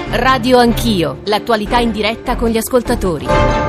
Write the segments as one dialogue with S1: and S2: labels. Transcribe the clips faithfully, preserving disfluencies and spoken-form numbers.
S1: Radio Anch'io, l'attualità in diretta con gli ascoltatori.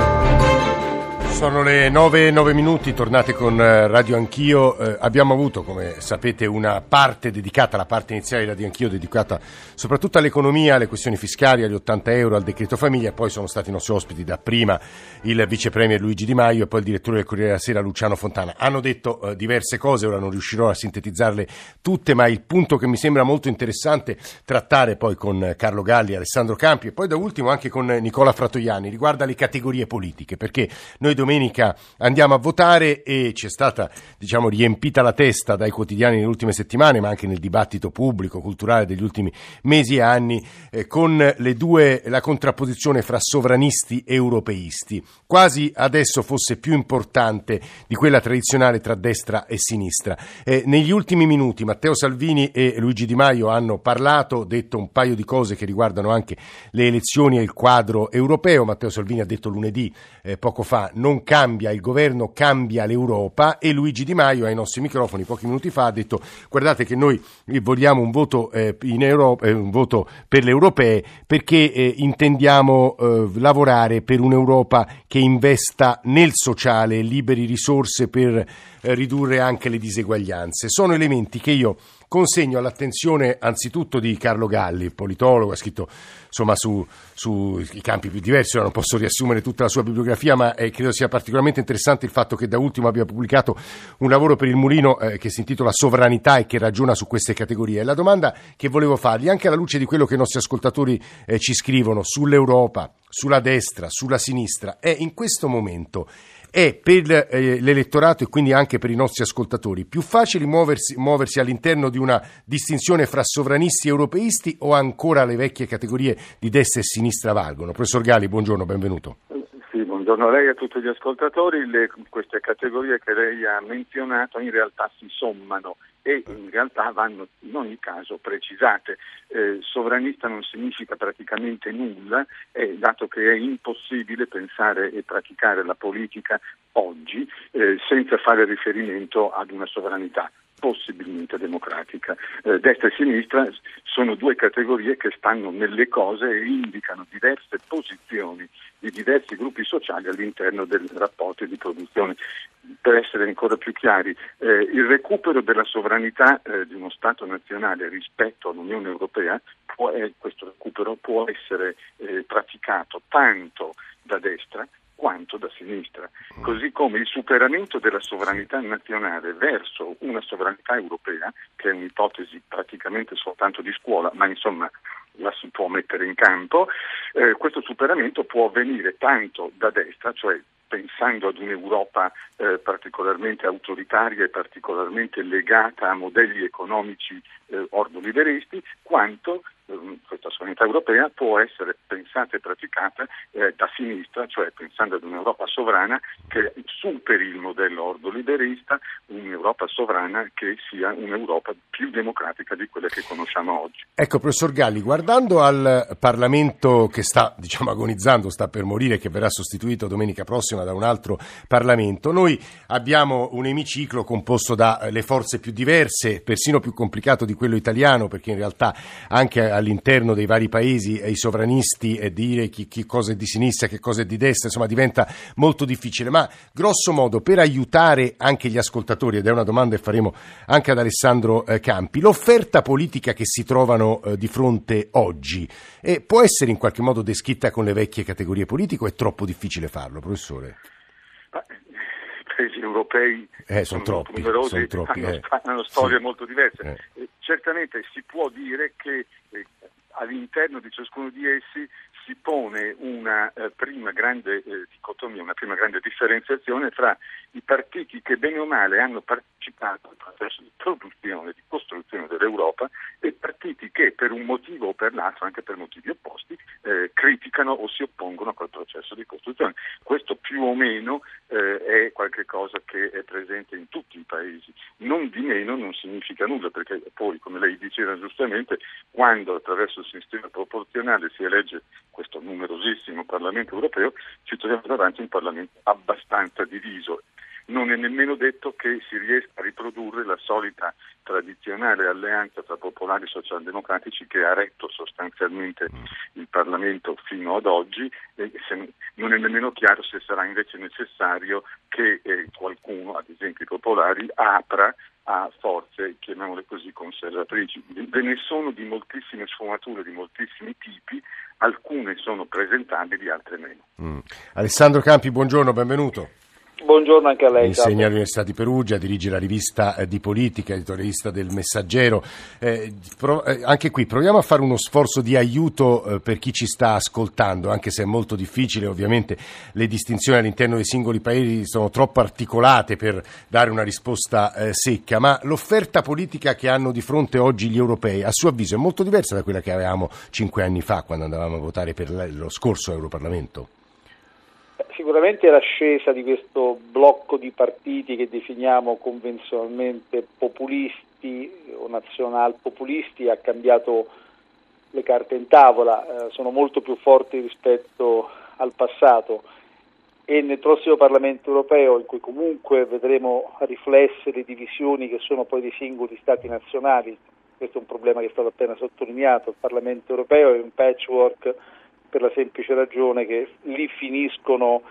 S2: Sono le nove e nove minuti, tornate con Radio Anch'io. Eh, abbiamo avuto, come sapete, una parte dedicata, la parte iniziale di Radio Anch'io, dedicata soprattutto all'economia, alle questioni fiscali, agli ottanta euro, al decreto famiglia. Poi sono stati i nostri ospiti dapprima il vice premier Luigi Di Maio e poi il direttore del Corriere della Sera Luciano Fontana. Hanno detto eh, diverse cose, ora non riuscirò a sintetizzarle tutte, ma il punto che mi sembra molto interessante trattare poi con Carlo Galli, Alessandro Campi e poi da ultimo anche con Nicola Fratoianni riguarda le categorie politiche, perché noi domenica andiamo a votare e ci è stata, diciamo, riempita la testa dai quotidiani nelle ultime settimane, ma anche nel dibattito pubblico, culturale degli ultimi mesi e anni, eh, con le due, la contrapposizione fra sovranisti e europeisti, quasi adesso fosse più importante di quella tradizionale tra destra e sinistra. Eh, negli ultimi minuti Matteo Salvini e Luigi Di Maio hanno parlato, detto un paio di cose che riguardano anche le elezioni e il quadro europeo. Matteo Salvini ha detto lunedì, eh, poco fa, non cambia il governo, cambia l'Europa, e Luigi Di Maio ai nostri microfoni pochi minuti fa ha detto: guardate che noi vogliamo un voto eh, in Europa, eh, un voto per le europee perché eh, intendiamo eh, lavorare per un'Europa che investa nel sociale, liberi risorse per eh, ridurre anche le diseguaglianze. Sono elementi che io consegno all'attenzione anzitutto di Carlo Galli, politologo, ha scritto insomma su sui campi più diversi. Ora non posso riassumere tutta la sua bibliografia, ma eh, credo sia particolarmente interessante il fatto che da ultimo abbia pubblicato un lavoro per il Mulino eh, che si intitola Sovranità e che ragiona su queste categorie. La domanda che volevo fargli, anche alla luce di quello che i nostri ascoltatori eh, ci scrivono sull'Europa, sulla destra, sulla sinistra, è in questo momento è per eh, l'elettorato e quindi anche per i nostri ascoltatori più facile muoversi, muoversi all'interno di una distinzione fra sovranisti e europeisti, o ancora le vecchie categorie di destra e sinistra valgono? Professor Galli, buongiorno, benvenuto.
S3: Sì, buongiorno a lei e a tutti gli ascoltatori. Le, queste categorie che lei ha menzionato in realtà si sommano e in realtà vanno in ogni caso precisate. Eh, sovranista non significa praticamente nulla, eh, dato che è impossibile pensare e praticare la politica oggi eh, senza fare riferimento ad una sovranità possibilmente democratica. Eh, destra e sinistra sono due categorie che stanno nelle cose e indicano diverse posizioni di diversi gruppi sociali all'interno del rapporto di produzione. Per essere ancora più chiari, eh, il recupero della sovranità eh, di uno Stato nazionale rispetto all'Unione Europea, può, eh, questo recupero può essere eh, praticato tanto da destra quanto da sinistra, così come il superamento della sovranità nazionale verso una sovranità europea, che è un'ipotesi praticamente soltanto di scuola, ma insomma la si può mettere in campo. Eh, questo superamento può avvenire tanto da destra, cioè pensando ad un'Europa eh, particolarmente autoritaria e particolarmente legata a modelli economici eh, ordoliberisti, quanto eh, questa sovranità europea può essere pensata e praticata eh, da sinistra, cioè pensando ad un'Europa sovrana che superi il modello ordoliberista, un'Europa sovrana che sia un'Europa più democratica di quella che conosciamo oggi.
S2: Ecco, professor Galli, guardando al Parlamento che sta, diciamo, agonizzando, sta per morire, che verrà sostituito domenica prossima da un altro Parlamento, noi abbiamo un emiciclo composto dalle forze più diverse, persino più complicato di quello italiano, perché in realtà anche all'interno dei vari paesi eh, i sovranisti e eh, dire chi, chi cosa è di sinistra, che cosa è di destra, insomma diventa molto difficile. Ma grosso modo, per aiutare anche gli ascoltatori, ed è una domanda che faremo anche ad Alessandro eh, Campi, l'offerta politica che si trovano eh, di fronte oggi eh, può essere in qualche modo descritta con le vecchie categorie politiche, o è troppo difficile farlo, professore?
S3: Ma, i paesi europei
S2: eh, sono, sono troppi, numerosi, sono troppi,
S3: hanno,
S2: eh.
S3: hanno storie sì. molto diverse.
S2: Eh.
S3: Eh, certamente si può dire che eh, all'interno di ciascuno di essi si pone una eh, prima grande eh, dicotomia, una prima grande differenziazione tra i partiti che bene o male hanno partecipato al processo di produzione, di costruzione dell'Europa, e partiti che per un motivo o per l'altro, anche per motivi opposti, eh, criticano o si oppongono a quel processo di costruzione. Questo più o meno eh, è qualche cosa che è presente in tutti i paesi. Non di meno non significa nulla, perché poi, come lei diceva giustamente, quando attraverso il sistema proporzionale si elegge questo numerosissimo Parlamento europeo, ci troviamo davanti a un Parlamento abbastanza diviso. non è nemmeno detto che si riesca a riprodurre la solita tradizionale alleanza tra popolari e socialdemocratici che ha retto sostanzialmente il Parlamento fino ad oggi, e se non è nemmeno chiaro se sarà invece necessario che eh, qualcuno, ad esempio i popolari, apra a forze, chiamiamole così, conservatrici. Ve ne sono di moltissime sfumature, di moltissimi tipi, alcune sono presentabili, altre meno.
S2: Mm. Alessandro Campi, buongiorno, benvenuto.
S4: Buongiorno anche a lei.
S2: Insegna all'Università di Perugia, dirige la rivista eh, di politica, editorialista del Messaggero. Eh, pro, eh, anche qui proviamo a fare uno sforzo di aiuto eh, per chi ci sta ascoltando, anche se è molto difficile. Ovviamente le distinzioni all'interno dei singoli paesi sono troppo articolate per dare una risposta eh, secca, ma l'offerta politica che hanno di fronte oggi gli europei, a suo avviso, è molto diversa da quella che avevamo cinque anni fa, quando andavamo a votare per lo scorso Europarlamento.
S4: Sicuramente l'ascesa di questo blocco di partiti che definiamo convenzionalmente populisti o nazionalpopulisti ha cambiato le carte in tavola, eh, sono molto più forti rispetto al passato, e nel prossimo Parlamento europeo, in cui comunque vedremo riflesse le divisioni che sono poi dei singoli stati nazionali, questo è un problema che è stato appena sottolineato, il Parlamento europeo è un patchwork per la semplice ragione che lì finiscono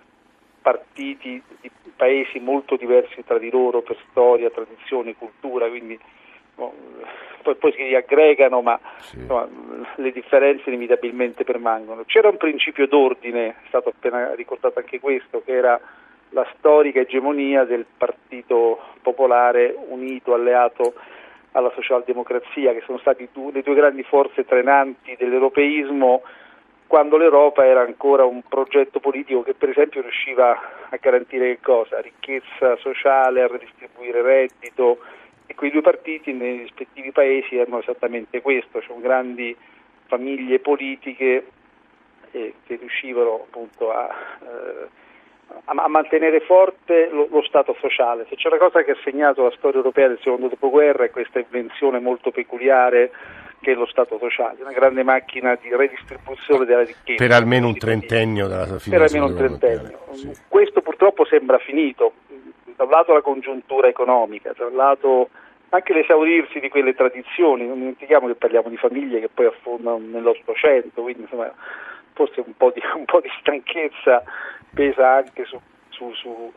S4: partiti di paesi molto diversi tra di loro per storia, tradizioni, cultura, quindi no, poi, poi si riaggregano, ma sì. Insomma, le differenze inevitabilmente permangono. C'era un principio d'ordine, è stato appena ricordato anche questo, che era la storica egemonia del Partito Popolare unito, alleato alla socialdemocrazia, che sono stati due, le due grandi forze trainanti dell'europeismo, quando l'Europa era ancora un progetto politico che per esempio riusciva a garantire che cosa? Ricchezza sociale, a redistribuire reddito, e quei due partiti nei rispettivi paesi erano esattamente questo, cioè grandi famiglie politiche eh, che riuscivano appunto a, eh, a, a mantenere forte lo, lo Stato sociale. Se c'è una cosa che ha segnato la storia europea del secondo dopoguerra è questa invenzione molto peculiare che è lo Stato sociale, una grande macchina di redistribuzione della ricchezza.
S2: Per almeno un trentennio dalla fine
S4: Per almeno un trentennio. Sì. Questo purtroppo sembra finito. Da un lato la congiuntura economica, da un lato anche l'esaurirsi di quelle tradizioni. Non dimentichiamo che parliamo di famiglie che poi affondano nell'Ottocento, quindi insomma forse un po' di, un po' di stanchezza pesa anche su, su, su,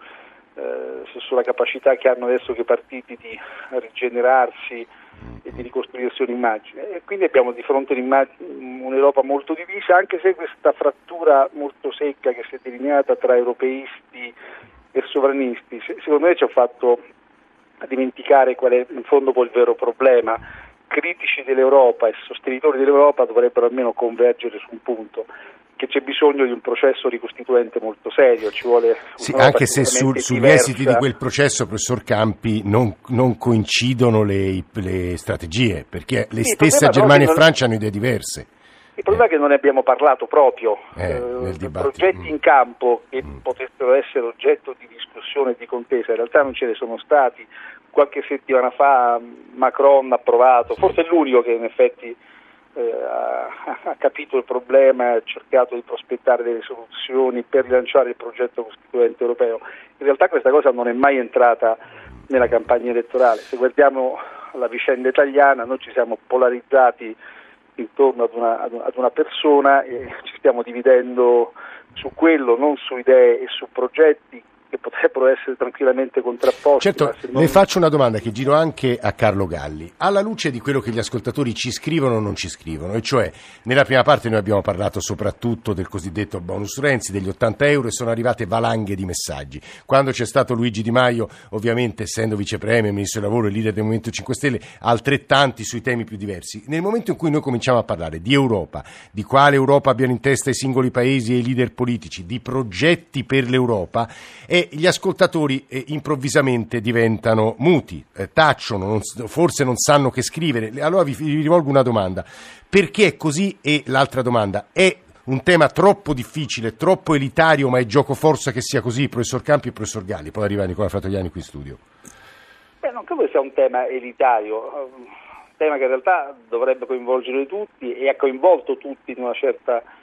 S4: eh, su, sulla capacità che hanno adesso che i partiti di rigenerarsi e di ricostruirsi un'immagine, e quindi abbiamo di fronte un'Europa molto divisa, anche se questa frattura molto secca che si è delineata tra europeisti e sovranisti secondo me ci ha fatto dimenticare qual è in fondo poi il vero problema. Critici dell'Europa e sostenitori dell'Europa dovrebbero almeno convergere su un punto, che c'è bisogno di un processo ricostituente molto serio, ci vuole
S2: sì, anche se su, sugli esiti di quel processo, professor Campi, non, non coincidono le, le strategie, perché le sì, stesse Germania e non... Francia hanno idee diverse.
S4: Il problema eh. è che non ne abbiamo parlato proprio,
S2: eh, eh,
S4: progetti
S2: mm.
S4: in campo che
S2: mm.
S4: potessero essere oggetto di discussione e di contesa, in realtà non ce ne sono stati. Qualche settimana fa Macron ha approvato, forse è l'unico che in effetti eh, ha, ha capito il problema e ha cercato di prospettare delle soluzioni per rilanciare il progetto costituente europeo. In realtà questa cosa non è mai entrata nella campagna elettorale. Se guardiamo la vicenda italiana, noi ci siamo polarizzati intorno ad una, ad una persona e ci stiamo dividendo su quello, non su idee e su progetti che potrebbero essere tranquillamente contrapposti.
S2: Certo, non... le faccio una domanda che giro anche a Carlo Galli, alla luce di quello che gli ascoltatori ci scrivono o non ci scrivono, e cioè nella prima parte noi abbiamo parlato soprattutto del cosiddetto bonus Renzi, degli ottanta euro, e sono arrivate valanghe di messaggi. Quando c'è stato Luigi Di Maio, ovviamente essendo vicepremier, ministro del lavoro e leader del Movimento cinque Stelle, altrettanti sui temi più diversi. Nel momento in cui noi cominciamo a parlare di Europa, di quale Europa abbiano in testa i singoli paesi e i leader politici, di progetti per l'Europa, e gli ascoltatori eh, improvvisamente diventano muti, eh, tacciono, non, forse non sanno che scrivere. Allora vi, vi rivolgo una domanda: perché è così? E l'altra domanda: è un tema troppo difficile, troppo elitario, ma è gioco forza che sia così? Professor Campi e professor Galli, poi arriva Nicola Fratoianni qui in studio.
S4: Beh, non credo che sia un tema elitario, un tema che in realtà dovrebbe coinvolgere tutti e ha coinvolto tutti in una certa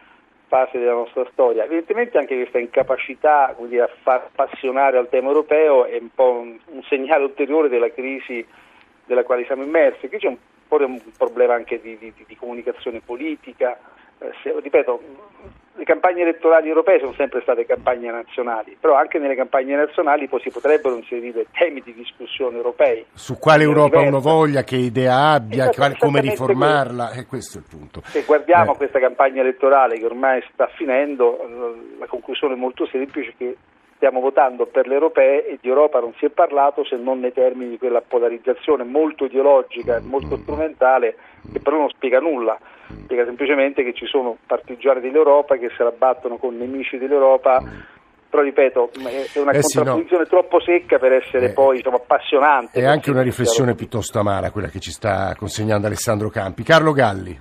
S4: fase della nostra storia. Evidentemente anche questa incapacità, come dire, a far appassionare al tema europeo è un po' un, un segnale ulteriore della crisi della quale siamo immersi. Qui c'è un po' un problema anche di, di, di comunicazione politica. Eh, se, ripeto, le campagne elettorali europee sono sempre state campagne nazionali, però anche nelle campagne nazionali poi si potrebbero inserire temi di discussione europei.
S2: Su quale Europa uno voglia, che idea abbia, quale, come riformarla, e questo è il punto.
S4: Se guardiamo
S2: eh.
S4: questa campagna elettorale che ormai sta finendo, la conclusione è molto semplice, che stiamo votando per le europee e di Europa non si è parlato se non nei termini di quella polarizzazione molto ideologica e molto strumentale, che però non spiega nulla, spiega semplicemente che ci sono partigiani dell'Europa che se la battono con nemici dell'Europa, però ripeto è una
S2: eh sì,
S4: contrapposizione
S2: no.
S4: troppo secca per essere
S2: eh,
S4: poi diciamo, appassionante.
S2: È anche una riflessione piuttosto amara quella che ci sta consegnando Alessandro Campi. Carlo Galli.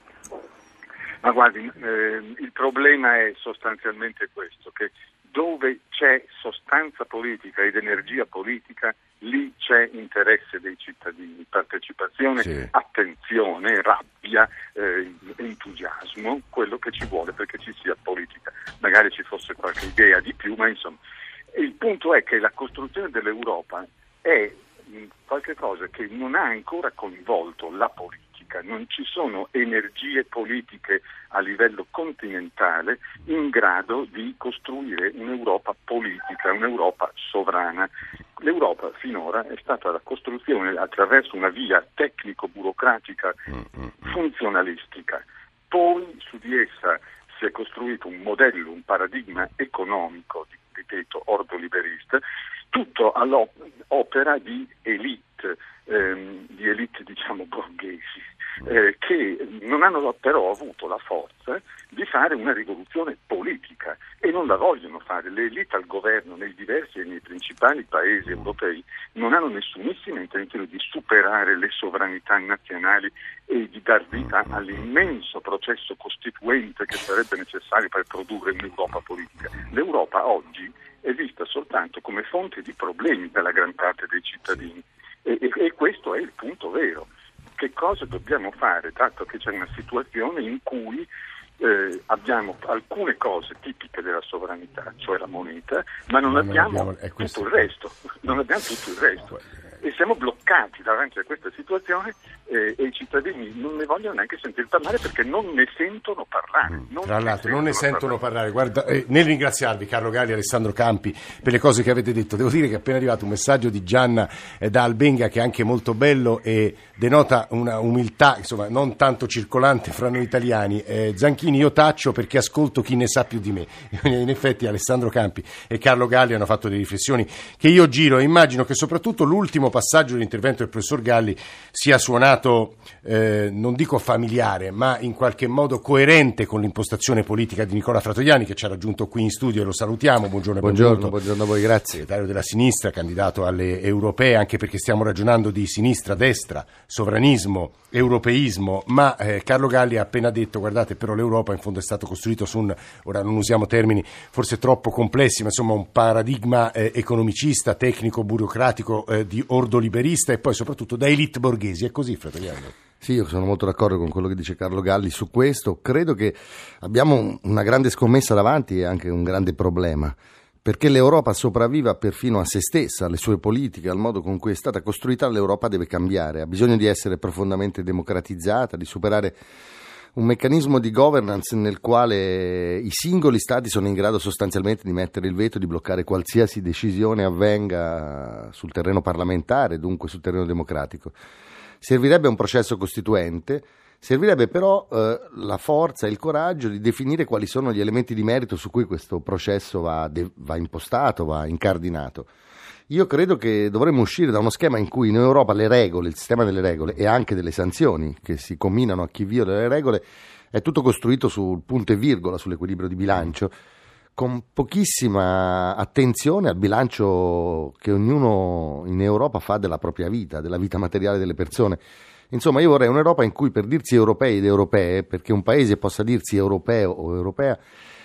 S3: Ma guardi, eh, il problema è sostanzialmente questo, che dove c'è sostanza politica ed energia politica, lì c'è interesse dei cittadini, partecipazione, sì. attenzione, rabbia, eh, entusiasmo, quello che ci vuole perché ci sia politica. Magari ci fosse qualche idea di più, ma insomma. Il punto è che la costruzione dell'Europa è qualche cosa che non ha ancora coinvolto la politica. Non ci sono energie politiche a livello continentale in grado di costruire un'Europa politica, un'Europa sovrana. L'Europa finora è stata la costruzione attraverso una via tecnico-burocratica funzionalistica. Poi su di essa si è costruito un modello, un paradigma economico, ripeto, ordoliberista, tutto all'opera di elite, ehm, di elite diciamo borghesi. Eh, che non hanno però avuto la forza di fare una rivoluzione politica e non la vogliono fare. Le elite al governo nei diversi e nei principali paesi europei non hanno nessunissima intenzione di superare le sovranità nazionali e di dar vita all'immenso processo costituente che sarebbe necessario per produrre un'Europa politica. L'Europa oggi è vista soltanto come fonte di problemi dalla gran parte dei cittadini e, e, e questo è il punto vero. Che cosa dobbiamo fare, dato che c'è una situazione in cui eh, abbiamo alcune cose tipiche della sovranità, cioè la moneta, ma non, ma abbiamo, non abbiamo tutto il resto, non abbiamo tutto il resto. E siamo bloccati davanti a questa situazione eh, e i cittadini non ne vogliono neanche sentire parlare perché non ne sentono parlare. Non
S2: Tra l'altro
S3: ne
S2: non ne sentono parlare. Guarda, eh, nel ringraziarvi Carlo Galli e Alessandro Campi per le cose che avete detto, devo dire che è appena arrivato un messaggio di Gianna eh, da Albenga che è anche molto bello e denota una umiltà, insomma, non tanto circolante fra noi italiani. Eh, Zanchini, io taccio perché ascolto chi ne sa più di me. In effetti Alessandro Campi e Carlo Galli hanno fatto delle riflessioni che io giro e immagino che soprattutto l'ultimo passaggio dell'intervento del professor Galli sia suonato, eh, non dico familiare, ma in qualche modo coerente con l'impostazione politica di Nicola Fratoianni, che ci ha raggiunto qui in studio e lo salutiamo. Buongiorno,
S5: buongiorno, buongiorno a voi, grazie.
S2: Segretario della sinistra, candidato alle europee, anche perché stiamo ragionando di sinistra, destra, sovranismo, europeismo, ma eh, Carlo Galli ha appena detto, guardate, però l'Europa in fondo è stato costruito su un, ora non usiamo termini forse troppo complessi, ma insomma un paradigma eh, economicista, tecnico, burocratico, eh, di ordoliberista e poi soprattutto da elite borghesi. È così, Fratoianni?
S5: Sì, io sono molto d'accordo con quello che dice Carlo Galli su questo. Credo che abbiamo una grande scommessa davanti e anche un grande problema, perché l'Europa sopravviva perfino a se stessa, alle sue politiche, al modo con cui è stata costruita. L'Europa deve cambiare, ha bisogno di essere profondamente democratizzata, di superare un meccanismo di governance nel quale i singoli stati sono in grado sostanzialmente di mettere il veto, di bloccare qualsiasi decisione avvenga sul terreno parlamentare, dunque sul terreno democratico. Servirebbe un processo costituente, servirebbe però eh, la forza e il coraggio di definire quali sono gli elementi di merito su cui questo processo va, de- va impostato, va incardinato. Io credo che dovremmo uscire da uno schema in cui in Europa le regole, il sistema delle regole e anche delle sanzioni che si comminano a chi viola le regole è tutto costruito sul punto e virgola, sull'equilibrio di bilancio, con pochissima attenzione al bilancio che ognuno in Europa fa della propria vita, della vita materiale delle persone. Insomma, io vorrei un'Europa in cui per dirsi europei ed europee, perché un paese possa dirsi europeo o europea,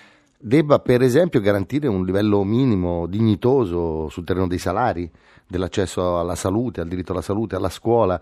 S5: debba per esempio garantire un livello minimo dignitoso sul terreno dei salari, dell'accesso alla salute, al diritto alla salute, alla scuola,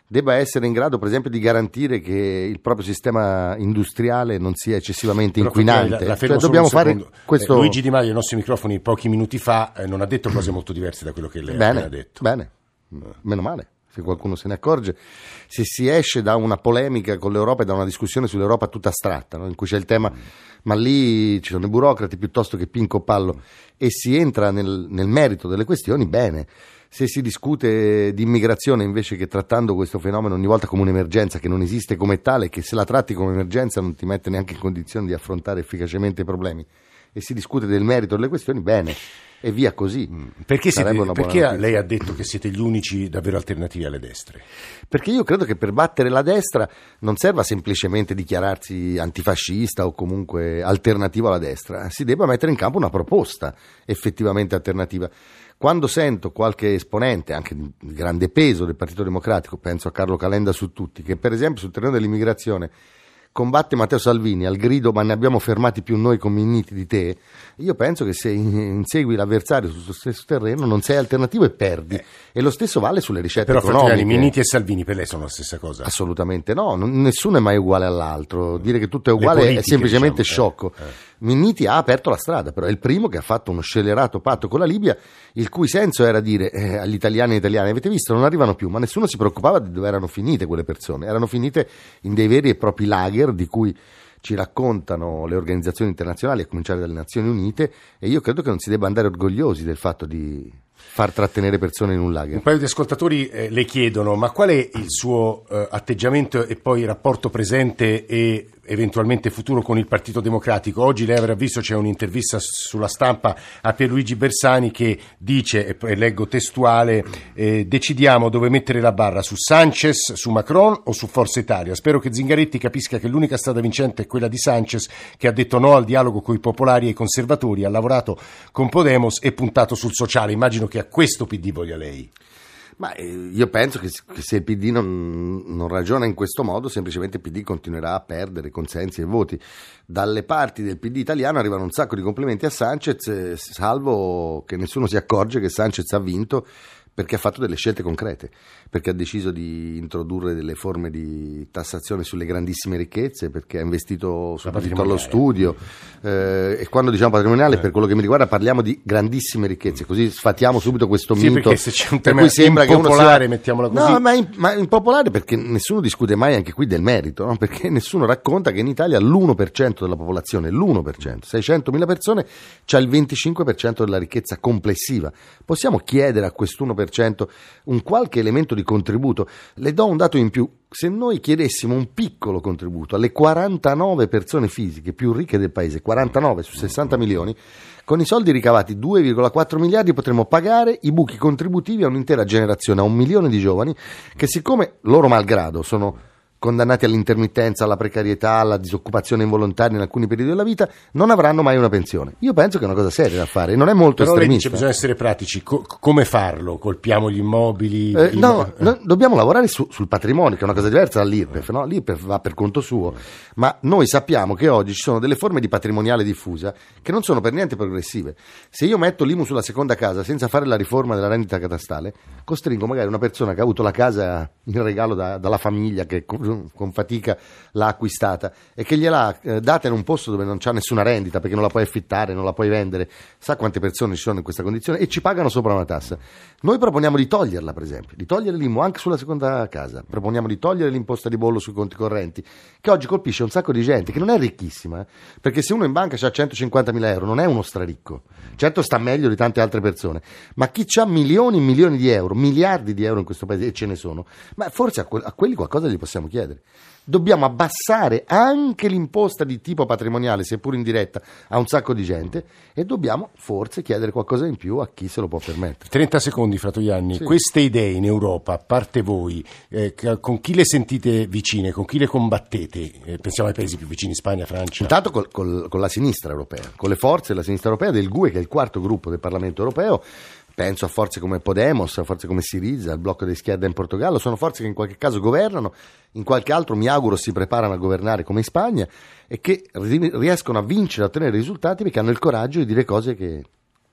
S5: debba essere in grado, per esempio, di garantire che il proprio sistema industriale non sia eccessivamente
S2: Però,
S5: inquinante.
S2: La, la
S5: cioè, dobbiamo fare questo...
S2: eh, Luigi Di Maio ai nostri microfoni pochi minuti fa eh, non ha detto cose molto diverse da quello che lei
S5: bene,
S2: ha appena detto.
S5: Bene, meno male, se qualcuno se ne accorge. Se si esce da una polemica con l'Europa e da una discussione sull'Europa tutta astratta, no? In cui c'è il tema, ma lì ci sono i burocrati piuttosto che Pinco Pallo, e si entra nel, nel merito delle questioni, bene. Se si discute di immigrazione invece che trattando questo fenomeno ogni volta come un'emergenza che non esiste come tale, che se la tratti come emergenza non ti mette neanche in condizione di affrontare efficacemente i problemi, e si discute del merito delle questioni, bene, e via così.
S2: Perché, siete, perché lei ha detto che siete gli unici davvero alternativi alle destre?
S5: Perché io credo che per battere la destra non serva semplicemente dichiararsi antifascista o comunque alternativo alla destra, si debba mettere in campo una proposta effettivamente alternativa. Quando sento qualche esponente, anche di grande peso del Partito Democratico, penso a Carlo Calenda su tutti, che per esempio sul terreno dell'immigrazione combatte Matteo Salvini al grido "ma ne abbiamo fermati più noi con Minniti di te", io penso che se insegui l'avversario sul stesso terreno non sei alternativo e perdi, eh. e lo stesso vale sulle ricette
S2: Però,
S5: economiche.
S2: Però Minniti e Salvini per lei sono la stessa cosa?
S5: Assolutamente no, non, nessuno è mai uguale all'altro, dire che tutto è uguale politiche, è semplicemente diciamo, sciocco. Eh, eh. Minniti ha aperto la strada, però è il primo che ha fatto uno scellerato patto con la Libia, il cui senso era dire eh, agli italiani e italiane: avete visto, non arrivano più, ma nessuno si preoccupava di dove erano finite quelle persone, erano finite in dei veri e propri lager di cui ci raccontano le organizzazioni internazionali, a cominciare dalle Nazioni Unite, e io credo che non si debba andare orgogliosi del fatto di far trattenere persone in un lager.
S2: Un paio di ascoltatori eh, le chiedono: ma qual è il suo eh, atteggiamento e poi rapporto presente e eventualmente futuro con il Partito Democratico? Oggi lei avrà visto, c'è un'intervista sulla Stampa a Pierluigi Bersani che dice, e leggo testuale, eh, decidiamo dove mettere la barra, su Sanchez, su Macron o su Forza Italia. Spero che Zingaretti capisca che l'unica strada vincente è quella di Sanchez, che ha detto no al dialogo con i popolari e i conservatori, ha lavorato con Podemos e puntato sul sociale. Immagino che a questo P D voglia lei.
S5: Ma io penso che se il P D non, non ragiona in questo modo, semplicemente il P D continuerà a perdere consensi e voti. Dalle parti del P D italiano arrivano un sacco di complimenti a Sanchez, salvo che nessuno si accorge che Sanchez ha vinto perché ha fatto delle scelte concrete, perché ha deciso di introdurre delle forme di tassazione sulle grandissime ricchezze, perché ha investito soprattutto allo studio, eh, e quando diciamo patrimoniale, eh. per quello che mi riguarda, parliamo di grandissime ricchezze, così sfatiamo subito questo
S2: sì,
S5: mito.
S2: Perché se c'è un tema
S5: per cui sembra
S2: impopolare,
S5: che uno sia...
S2: mettiamola così.
S5: No, ma, in, ma impopolare perché nessuno discute mai anche qui del merito, no? Perché nessuno racconta che in Italia l'uno per cento della popolazione, l'uno per cento, seicentomila persone, c'ha il venticinque per cento della ricchezza complessiva. Possiamo chiedere a quest'uno per cento un qualche elemento di contributo? Le do un dato in più: se noi chiedessimo un piccolo contributo alle quarantanove persone fisiche più ricche del paese, quarantanove su sessanta milioni, con i soldi ricavati due virgola quattro miliardi potremmo pagare i buchi contributivi a un'intera generazione, a un milione di giovani che, siccome loro malgrado sono condannati all'intermittenza, alla precarietà, alla disoccupazione involontaria in alcuni periodi della vita, non avranno mai una pensione. Io penso che è una cosa seria da fare, non è molto
S2: Però
S5: estremista.
S2: Lei dice bisogna essere pratici. Co- come farlo? Colpiamo gli immobili?
S5: Eh,
S2: il...
S5: no, no, dobbiamo lavorare su, sul patrimonio, che è una cosa diversa dall'I R P E F, no? L'I R P E F va per conto suo, ma noi sappiamo che oggi ci sono delle forme di patrimoniale diffusa che non sono per niente progressive. Se io metto l'I M U sulla seconda casa senza fare la riforma della rendita catastale, costringo magari una persona che ha avuto la casa in regalo da, dalla famiglia, che con, con fatica l'ha acquistata e che gliel'ha eh, data in un posto dove non c'ha nessuna rendita, perché non la puoi affittare, non la puoi vendere. Sa quante persone ci sono in questa condizione e ci pagano sopra una tassa. Noi proponiamo di toglierla, per esempio, di togliere l'I M U anche sulla seconda casa, proponiamo di togliere l'imposta di bollo sui conti correnti, che oggi colpisce un sacco di gente che non è ricchissima, eh? Perché se uno in banca ha centocinquantamila euro non è uno straricco, certo sta meglio di tante altre persone, ma chi ha milioni e milioni di euro, miliardi di euro in questo paese, e ce ne sono, ma forse a, que- a quelli qualcosa gli possiamo chiedere. Dobbiamo abbassare anche l'imposta di tipo patrimoniale, seppur indiretta, a un sacco di gente, e dobbiamo forse chiedere qualcosa in più a chi se lo può permettere.
S2: trenta secondi, Fratoianni. Sì. Queste idee in Europa, a parte voi, eh, con chi le sentite vicine, con chi le combattete? Eh, pensiamo ai paesi più vicini, Spagna, Francia.
S5: Intanto col, col, con la sinistra europea, con le forze della sinistra europea, del G U E, che è il quarto gruppo del Parlamento europeo. Penso a forze come Podemos, a forze come Syriza, il blocco di schierda in Portogallo. Sono forze che in qualche caso governano, in qualche altro mi auguro si preparano a governare come in Spagna, e che riescono a vincere, a ottenere risultati perché hanno il coraggio di dire cose che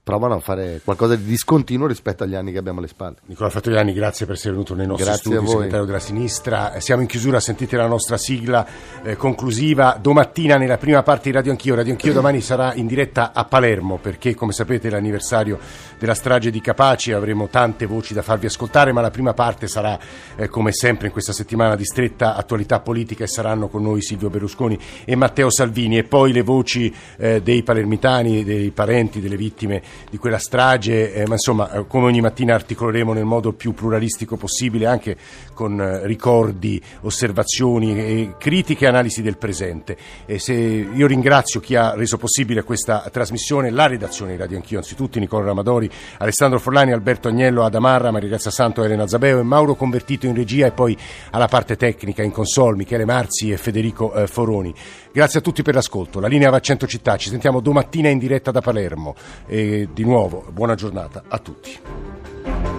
S5: provano a fare qualcosa di discontinuo rispetto agli anni che abbiamo alle spalle.
S2: Nicola Fattoianni, grazie per essere venuto nei nostri
S5: Grazie
S2: studi, segretario della sinistra. Siamo in chiusura, sentite la nostra sigla eh, conclusiva. Domattina nella prima parte di Radio Anch'io, Radio Anch'io domani sarà in diretta a Palermo, perché come sapete è l'anniversario della strage di Capaci, avremo tante voci da farvi ascoltare, ma la prima parte sarà eh, come sempre in questa settimana di stretta attualità politica, e saranno con noi Silvio Berlusconi e Matteo Salvini, e poi le voci eh, dei palermitani, dei parenti delle vittime di quella strage, eh, ma insomma eh, come ogni mattina articoleremo nel modo più pluralistico possibile, anche con eh, ricordi, osservazioni, e critiche e analisi del presente. E se io ringrazio chi ha reso possibile questa trasmissione, la redazione di Radio Anch'io, anzitutto Nicola Ramadori, Alessandro Forlani, Alberto Agnello, Adamarra, Maria Grazia Santo, Elena Zabeo e Mauro Convertito in regia, e poi alla parte tecnica in console Michele Marzi e Federico eh, Foroni. Grazie a tutti per l'ascolto. La linea va a Centocittà, ci sentiamo domattina in diretta da Palermo, e di nuovo buona giornata a tutti.